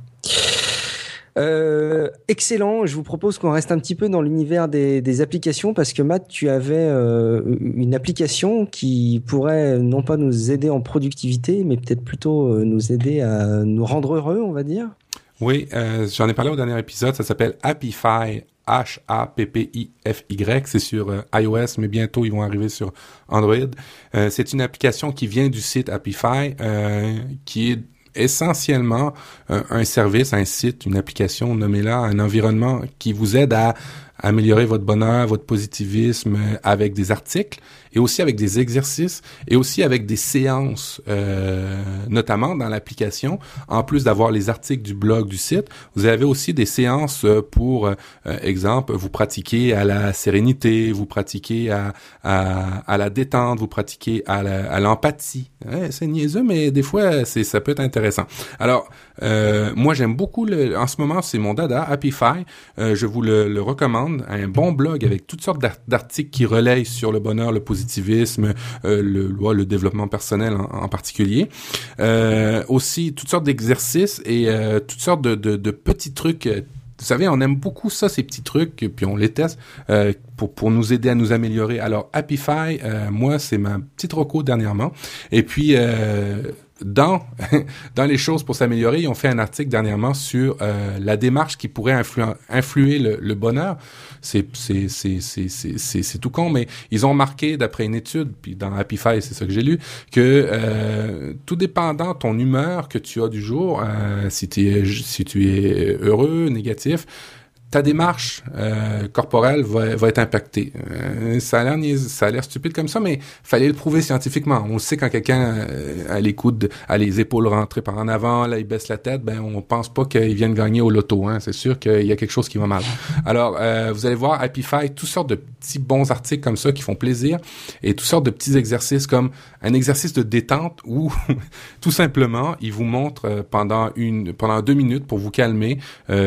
Excellent. Je vous propose qu'on reste un petit peu dans l'univers des applications parce que Matt, tu avais une application qui pourrait non pas nous aider en productivité, mais peut-être plutôt nous aider à nous rendre heureux, on va dire. Oui, j'en ai parlé au dernier épisode. Ça s'appelle Happify. Happify, c'est sur iOS, mais bientôt ils vont arriver sur Android. C'est une application qui vient du site Happify, qui est essentiellement un service, un site, une application, nommez-la, un environnement qui vous aide à améliorer votre bonheur, votre positivisme avec des articles et aussi avec des exercices et aussi avec des séances, notamment dans l'application. En plus d'avoir les articles du blog du site, vous avez aussi des séances pour, exemple, vous pratiquez à la sérénité, vous pratiquez à la détente, vous pratiquez à l'empathie. Ouais, c'est niaiseux, mais des fois, ça peut être intéressant. Alors, moi, j'aime beaucoup, en ce moment, c'est mon dada, Happify. Je vous le recommande. Un bon blog avec toutes sortes d'articles qui relayent sur le bonheur, le positivisme, le développement personnel en particulier. Aussi, toutes sortes d'exercices et toutes sortes de petits trucs. Vous savez, on aime beaucoup ça, ces petits trucs, puis on les teste pour nous aider à nous améliorer. Alors, Happify, moi, c'est ma petite reco dernièrement. Et puis, dans les choses pour s'améliorer, ils ont fait un article dernièrement sur la démarche qui pourrait influer le bonheur. C'est tout con, mais ils ont marqué, d'après une étude, puis dans Happify, c'est ça que j'ai lu, que tout dépendant de ton humeur que tu as du jour, si tu es heureux, négatif, ta démarche corporelle va être impactée. Ça a l'air stupide comme ça, mais fallait le prouver scientifiquement. On le sait quand quelqu'un a les coudes, a les épaules rentrées par en avant, là il baisse la tête, ben on pense pas qu'il vienne gagner au loto. Hein. C'est sûr qu'il y a quelque chose qui va mal. Alors vous allez voir Happify, toutes sortes de petits bons articles comme ça qui font plaisir, et toutes sortes de petits exercices comme un exercice de détente où tout simplement il vous montre pendant 2 minutes pour vous calmer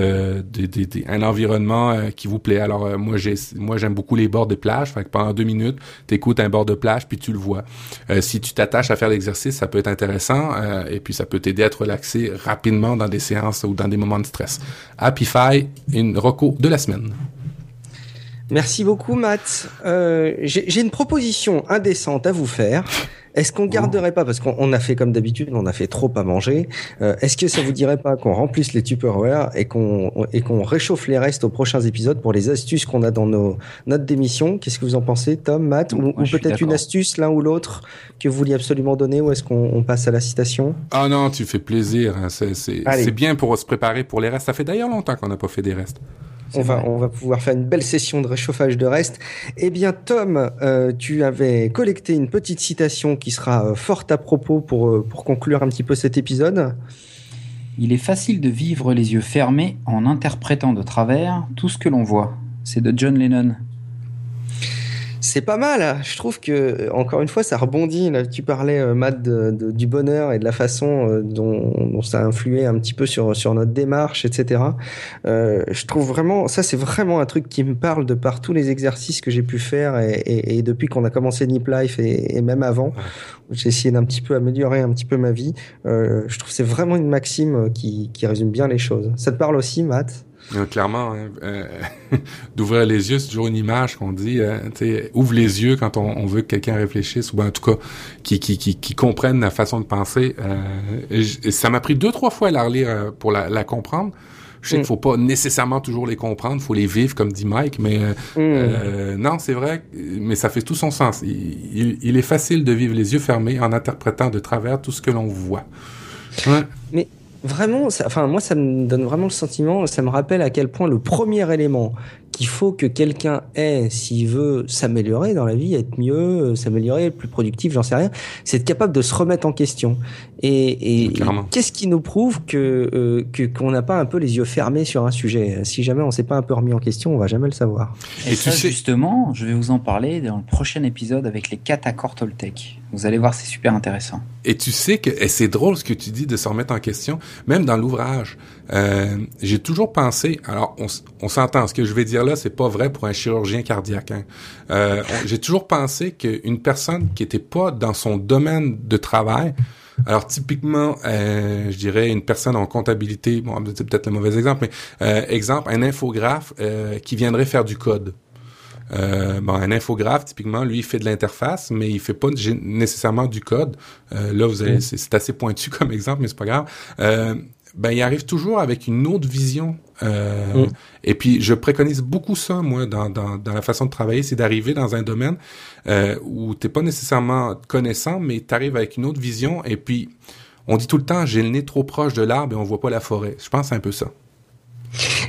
un environnement qui vous plaît. Alors moi j'aime beaucoup les bords des plages, fait que pendant 2 minutes, t'écoutes un bord de plage puis tu le vois. Si tu t'attaches à faire l'exercice, ça peut être intéressant et puis ça peut t'aider à te relaxer rapidement dans des séances ou dans des moments de stress. Happify, une reco de la semaine. Merci beaucoup, Matt. J'ai une proposition indécente à vous faire. Est-ce qu'on garderait pas, parce qu'on a fait comme d'habitude, on a fait trop à manger. Est-ce que ça vous dirait pas qu'on remplisse les Tupperware et qu'on réchauffe les restes aux prochains épisodes pour les astuces qu'on a dans nos notes d'émission? Qu'est-ce que vous en pensez, Tom, Matt, ou peut-être une astuce l'un ou l'autre que vous vouliez absolument donner, ou est-ce qu'on passe à la citation? Ah non, tu fais plaisir. Hein. C'est bien pour se préparer pour les restes. Ça fait d'ailleurs longtemps qu'on n'a pas fait des restes. On va pouvoir faire une belle session de réchauffage de reste. Eh bien, Tom, tu avais collecté une petite citation qui sera forte à propos pour conclure un petit peu cet épisode. Il est facile de vivre les yeux fermés en interprétant de travers tout ce que l'on voit. C'est de John Lennon. C'est pas mal. Je trouve que, encore une fois, ça rebondit. Là, tu parlais, Matt, du bonheur et de la façon dont ça a influé un petit peu sur notre démarche, etc. Je trouve vraiment, ça, c'est vraiment un truc qui me parle de par tous les exercices que j'ai pu faire et depuis qu'on a commencé Nip Life et même avant, j'ai essayé d'un petit peu améliorer un petit peu ma vie. Je trouve que c'est vraiment une maxime qui résume bien les choses. Ça te parle aussi, Matt? Clairement, d'ouvrir les yeux, c'est toujours une image qu'on dit, ouvre les yeux quand on veut que quelqu'un réfléchisse, ou ben, en tout cas, qui comprenne la façon de penser. Et ça m'a pris 2-3 fois à la relire pour la comprendre. Je sais qu'il faut pas nécessairement toujours les comprendre, faut les vivre, comme dit Mike, mais non, c'est vrai, mais ça fait tout son sens. Il est facile de vivre les yeux fermés en interprétant de travers tout ce que l'on voit. Ouais. Mais vraiment, moi, ça me donne vraiment le sentiment, ça me rappelle à quel point le premier élément qu'il faut que quelqu'un ait s'il veut s'améliorer dans la vie, être mieux, s'améliorer, être plus productif, j'en sais rien, c'est être capable de se remettre en question. Et qu'est-ce qui nous prouve qu'on n'a pas un peu les yeux fermés sur un sujet? Si jamais on s'est pas un peu remis en question, on va jamais le savoir. Et ça, justement, je vais vous en parler dans le prochain épisode avec les 4 accords Toltec. Vous allez voir, c'est super intéressant. Et tu sais que c'est drôle ce que tu dis de se remettre en question, même dans l'ouvrage. J'ai toujours pensé, alors on s'entend, ce que je vais dire là, c'est pas vrai pour un chirurgien cardiaque. Hein. J'ai toujours pensé qu'une personne qui était pas dans son domaine de travail, alors typiquement, je dirais une personne en comptabilité, bon c'est peut-être le mauvais exemple, mais exemple, un infographe qui viendrait faire du code. Un infographe, typiquement, lui, il fait de l'interface, mais il fait pas nécessairement du code. Là, vous avez, c'est assez pointu comme exemple, mais c'est pas grave. Il arrive toujours avec une autre vision. Et puis, je préconise beaucoup ça, moi, dans la façon de travailler, c'est d'arriver dans un domaine où t'es pas nécessairement connaissant, mais t'arrives avec une autre vision. Et puis, on dit tout le temps, j'ai le nez trop proche de l'arbre et on voit pas la forêt. Je pense que c'est un peu ça.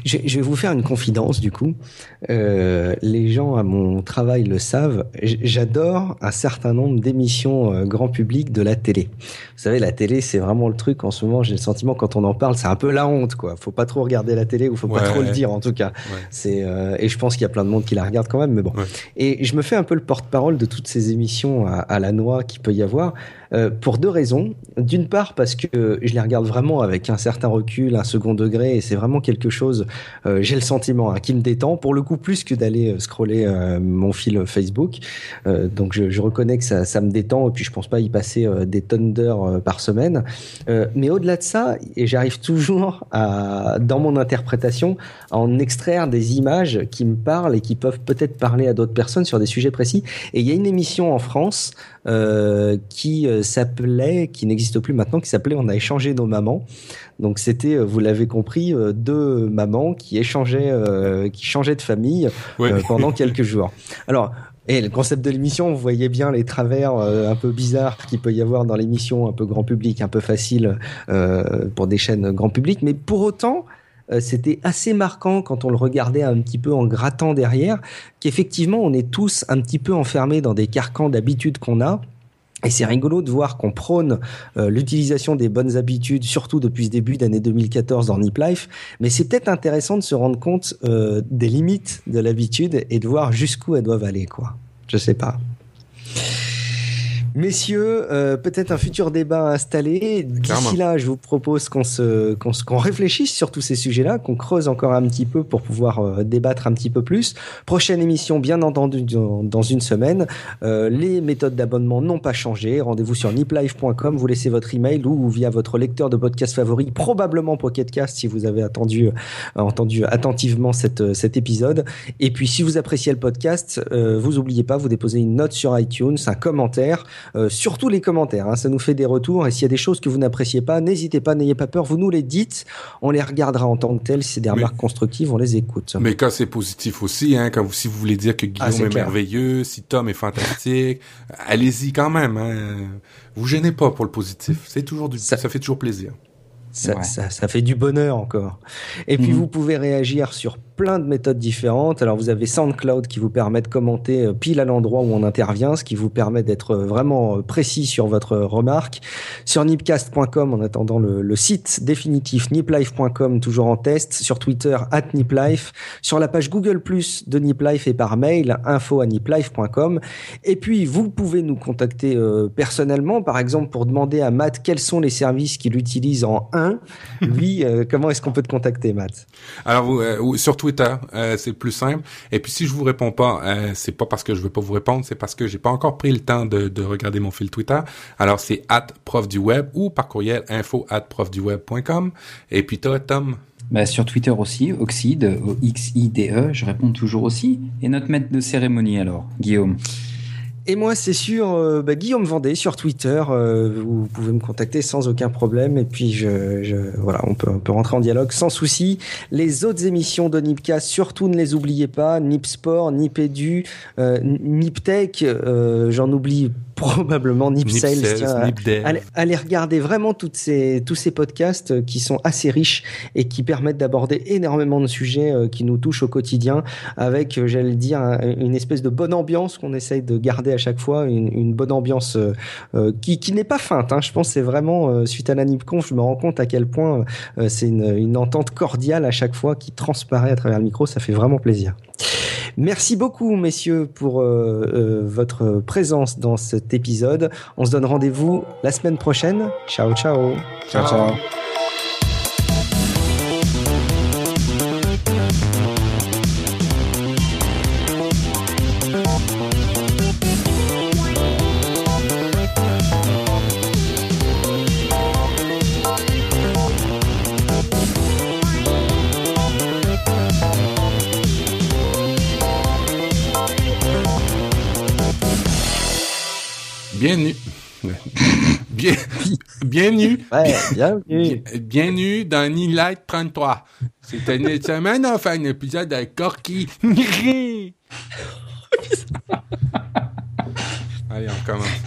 Je vais vous faire une confidence du coup. Les gens à mon travail le savent. J'adore un certain nombre d'émissions grand public de la télé. Vous savez, la télé, c'est vraiment le truc en ce moment. J'ai le sentiment quand on en parle, c'est un peu la honte, quoi. Faut pas trop regarder la télé ou faut pas trop le dire en tout cas. C'est et je pense qu'il y a plein de monde qui la regarde quand même, mais bon. Et je me fais un peu le porte-parole de toutes ces émissions à la noix qu'il peut y avoir. Pour deux raisons. D'une part, parce que je les regarde vraiment avec un certain recul, un second degré, et c'est vraiment quelque chose, j'ai le sentiment, qui me détend, pour le coup, plus que d'aller scroller mon fil Facebook. Donc je reconnais que ça me détend, et puis je pense pas y passer des tonnes d'heures par semaine. Mais au-delà de ça, et j'arrive toujours dans mon interprétation, à en extraire des images qui me parlent et qui peuvent peut-être parler à d'autres personnes sur des sujets précis. Et il y a une émission en France qui n'existe plus maintenant, qui s'appelait On a échangé nos mamans. Donc c'était, vous l'avez compris, deux mamans qui changeaient de famille pendant quelques jours. Alors, et le concept de l'émission, vous voyez bien les travers un peu bizarres qu'il peut y avoir dans l'émission, un peu grand public, un peu facile pour des chaînes grand public, mais pour autant, c'était assez marquant quand on le regardait un petit peu en grattant derrière, qu'effectivement on est tous un petit peu enfermés dans des carcans d'habitudes qu'on a. Et c'est rigolo de voir qu'on prône l'utilisation des bonnes habitudes, surtout depuis ce début d'année 2014 dans Nip Life. Mais c'est peut-être intéressant de se rendre compte des limites de l'habitude et de voir jusqu'où elles doivent aller, quoi. Je sais pas. Messieurs, peut-être un futur débat installé. D'ici là, je vous propose qu'on réfléchisse sur tous ces sujets-là, qu'on creuse encore un petit peu pour pouvoir débattre un petit peu plus. Prochaine émission, bien entendu, dans une semaine. Les méthodes d'abonnement n'ont pas changé. Rendez-vous sur niplife.com. Vous laissez votre email ou via votre lecteur de podcast favori, probablement Pocket Cast si vous avez entendu attentivement cet épisode. Et puis, si vous appréciez le podcast, vous oubliez pas, vous déposez une note sur iTunes, un commentaire. Surtout les commentaires, ça nous fait des retours, et s'il y a des choses que vous n'appréciez pas, n'hésitez pas, n'ayez pas peur, vous nous les dites, on les regardera en tant que telles. Si c'est des remarques constructives, on les écoute. Mais quand c'est positif aussi, si vous voulez dire que Guillaume est merveilleux, si Tom est fantastique, allez-y quand même, vous gênez pas pour le positif, c'est toujours ça fait toujours plaisir. Ça fait du bonheur encore. Et puis vous pouvez réagir sur plein de méthodes différentes. Alors vous avez SoundCloud qui vous permet de commenter pile à l'endroit où on intervient, ce qui vous permet d'être vraiment précis sur votre remarque. Sur nipcast.com, en attendant le site définitif, niplife.com, toujours en test. Sur Twitter, @niplife. Sur la page Google+ de Niplife et par mail, info@niplife.com. Et puis vous pouvez nous contacter personnellement, par exemple pour demander à Matt quels sont les services qu'il utilise en 1. Lui, comment est-ce qu'on peut te contacter, Matt? Alors, sur Twitter, c'est plus simple. Et puis, si je vous réponds pas, c'est pas parce que je veux pas vous répondre, c'est parce que j'ai pas encore pris le temps de regarder mon fil Twitter. Alors, c'est @profduweb ou par courriel info@profduweb.com. Et puis, toi, Tom? Sur Twitter aussi, Oxide, OXIDE, je réponds toujours aussi. Et notre maître de cérémonie, alors, Guillaume? Et moi, c'est sur Guillaume Vendée sur Twitter. Vous pouvez me contacter sans aucun problème. Et puis, voilà, on peut rentrer en dialogue sans souci. Les autres émissions de Nipcast, surtout ne les oubliez pas. Nip Sport, Nip Edu, Nip Tech, j'en oublie probablement, Nip Sales. Allez regarder vraiment tous ces podcasts qui sont assez riches et qui permettent d'aborder énormément de sujets qui nous touchent au quotidien avec, j'allais dire, une espèce de bonne ambiance qu'on essaye de garder à chaque fois, une bonne ambiance qui n'est pas feinte. Je pense que c'est vraiment, suite à la NipConf, je me rends compte à quel point c'est une entente cordiale à chaque fois qui transparaît à travers le micro. Ça fait vraiment plaisir. Merci beaucoup, messieurs, pour votre présence dans cet épisode. On se donne rendez-vous la semaine prochaine. Ciao, ciao. Ciao, ciao. Bienvenue. Bienvenue. Ouais, bienvenue. Bienvenue dans Nilight 33. C'était une semaine, on fait un épisode avec Corky. Allez, on recommence.